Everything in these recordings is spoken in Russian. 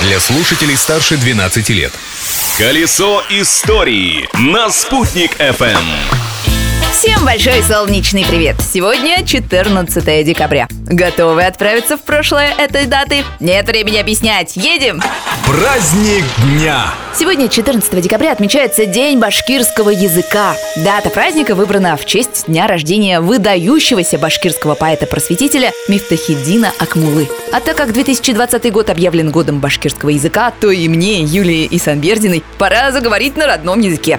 Для слушателей старше 12 лет. Колесо истории на Спутник FM. Всем большой солнечный привет! Сегодня 14 декабря. Готовы отправиться в прошлое этой даты? Нет времени объяснять. Едем! Праздник дня! Сегодня, 14 декабря, отмечается День башкирского языка. Дата праздника выбрана в честь дня рождения выдающегося башкирского поэта-просветителя Мифтахиддина Акмуллы. А так как 2020 год объявлен годом башкирского языка, то и мне, Юлии Исанбердиной, пора заговорить на родном языке.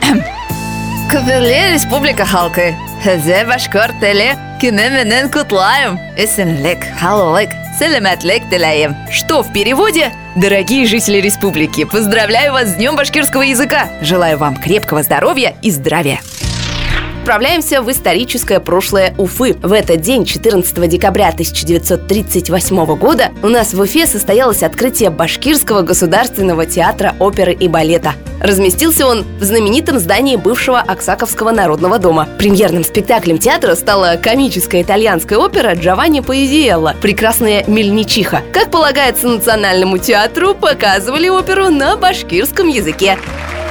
Каберле Республика Халкы. Зе башкор теле кинеменен кутлаем. Эсенлек, халолек, селематлек телаем. Что в переводе? Дорогие жители республики, поздравляю вас с Днем башкирского языка. Желаю вам крепкого здоровья и здравия. Отправляемся в историческое прошлое Уфы. В этот день, 14 декабря 1938 года, у нас в Уфе состоялось открытие Башкирского государственного театра оперы и балета. Разместился он в знаменитом здании бывшего Аксаковского народного дома. Премьерным спектаклем театра стала комическая итальянская опера Джованни Поэзиелло «Прекрасная мельничиха». Как полагается национальному театру, показывали оперу на башкирском языке.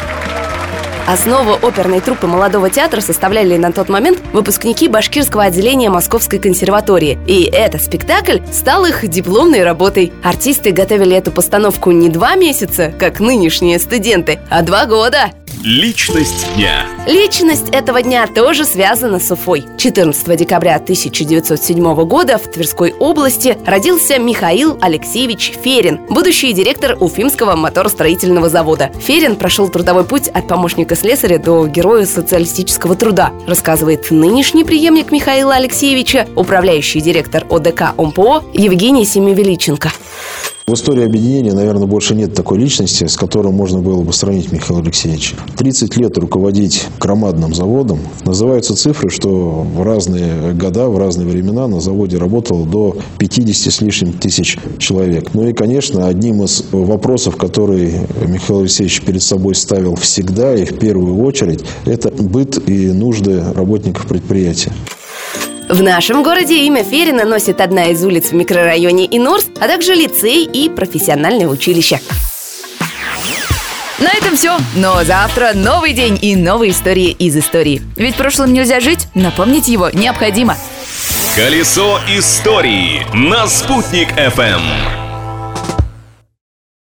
Основу оперной труппы молодого театра составляли на тот момент выпускники башкирского отделения Московской консерватории. И этот спектакль стал их дипломной работой. Артисты готовили эту постановку не 2 месяца, как нынешние студенты, а 2 года. Личность дня. Личность этого дня тоже связана с Уфой. 14 декабря 1907 года в Тверской области родился Михаил Алексеевич Ферин, будущий директор Уфимского моторостроительного завода. Ферин прошел трудовой путь от помощника слесаря до героя социалистического труда, рассказывает нынешний преемник Михаила Алексеевича, управляющий директор ОДК ОМПО Евгений Семивеличенко. В истории объединения, наверное, больше нет такой личности, с которой можно было бы сравнить Михаила Алексеевича. 30 лет руководить громадным заводом. Называются цифры, что в разные года, в разные времена на заводе работало до 50 с лишним тысяч человек. Ну и, конечно, одним из вопросов, который Михаил Алексеевич перед собой ставил всегда и в первую очередь, это быт и нужды работников предприятия. В нашем городе имя Ферина носит одна из улиц в микрорайоне Инорс, а также лицей и профессиональное училище. На этом все. Но завтра новый день и новые истории из истории. Ведь прошлым нельзя жить, напомнить его необходимо. Колесо истории на Спутник FM.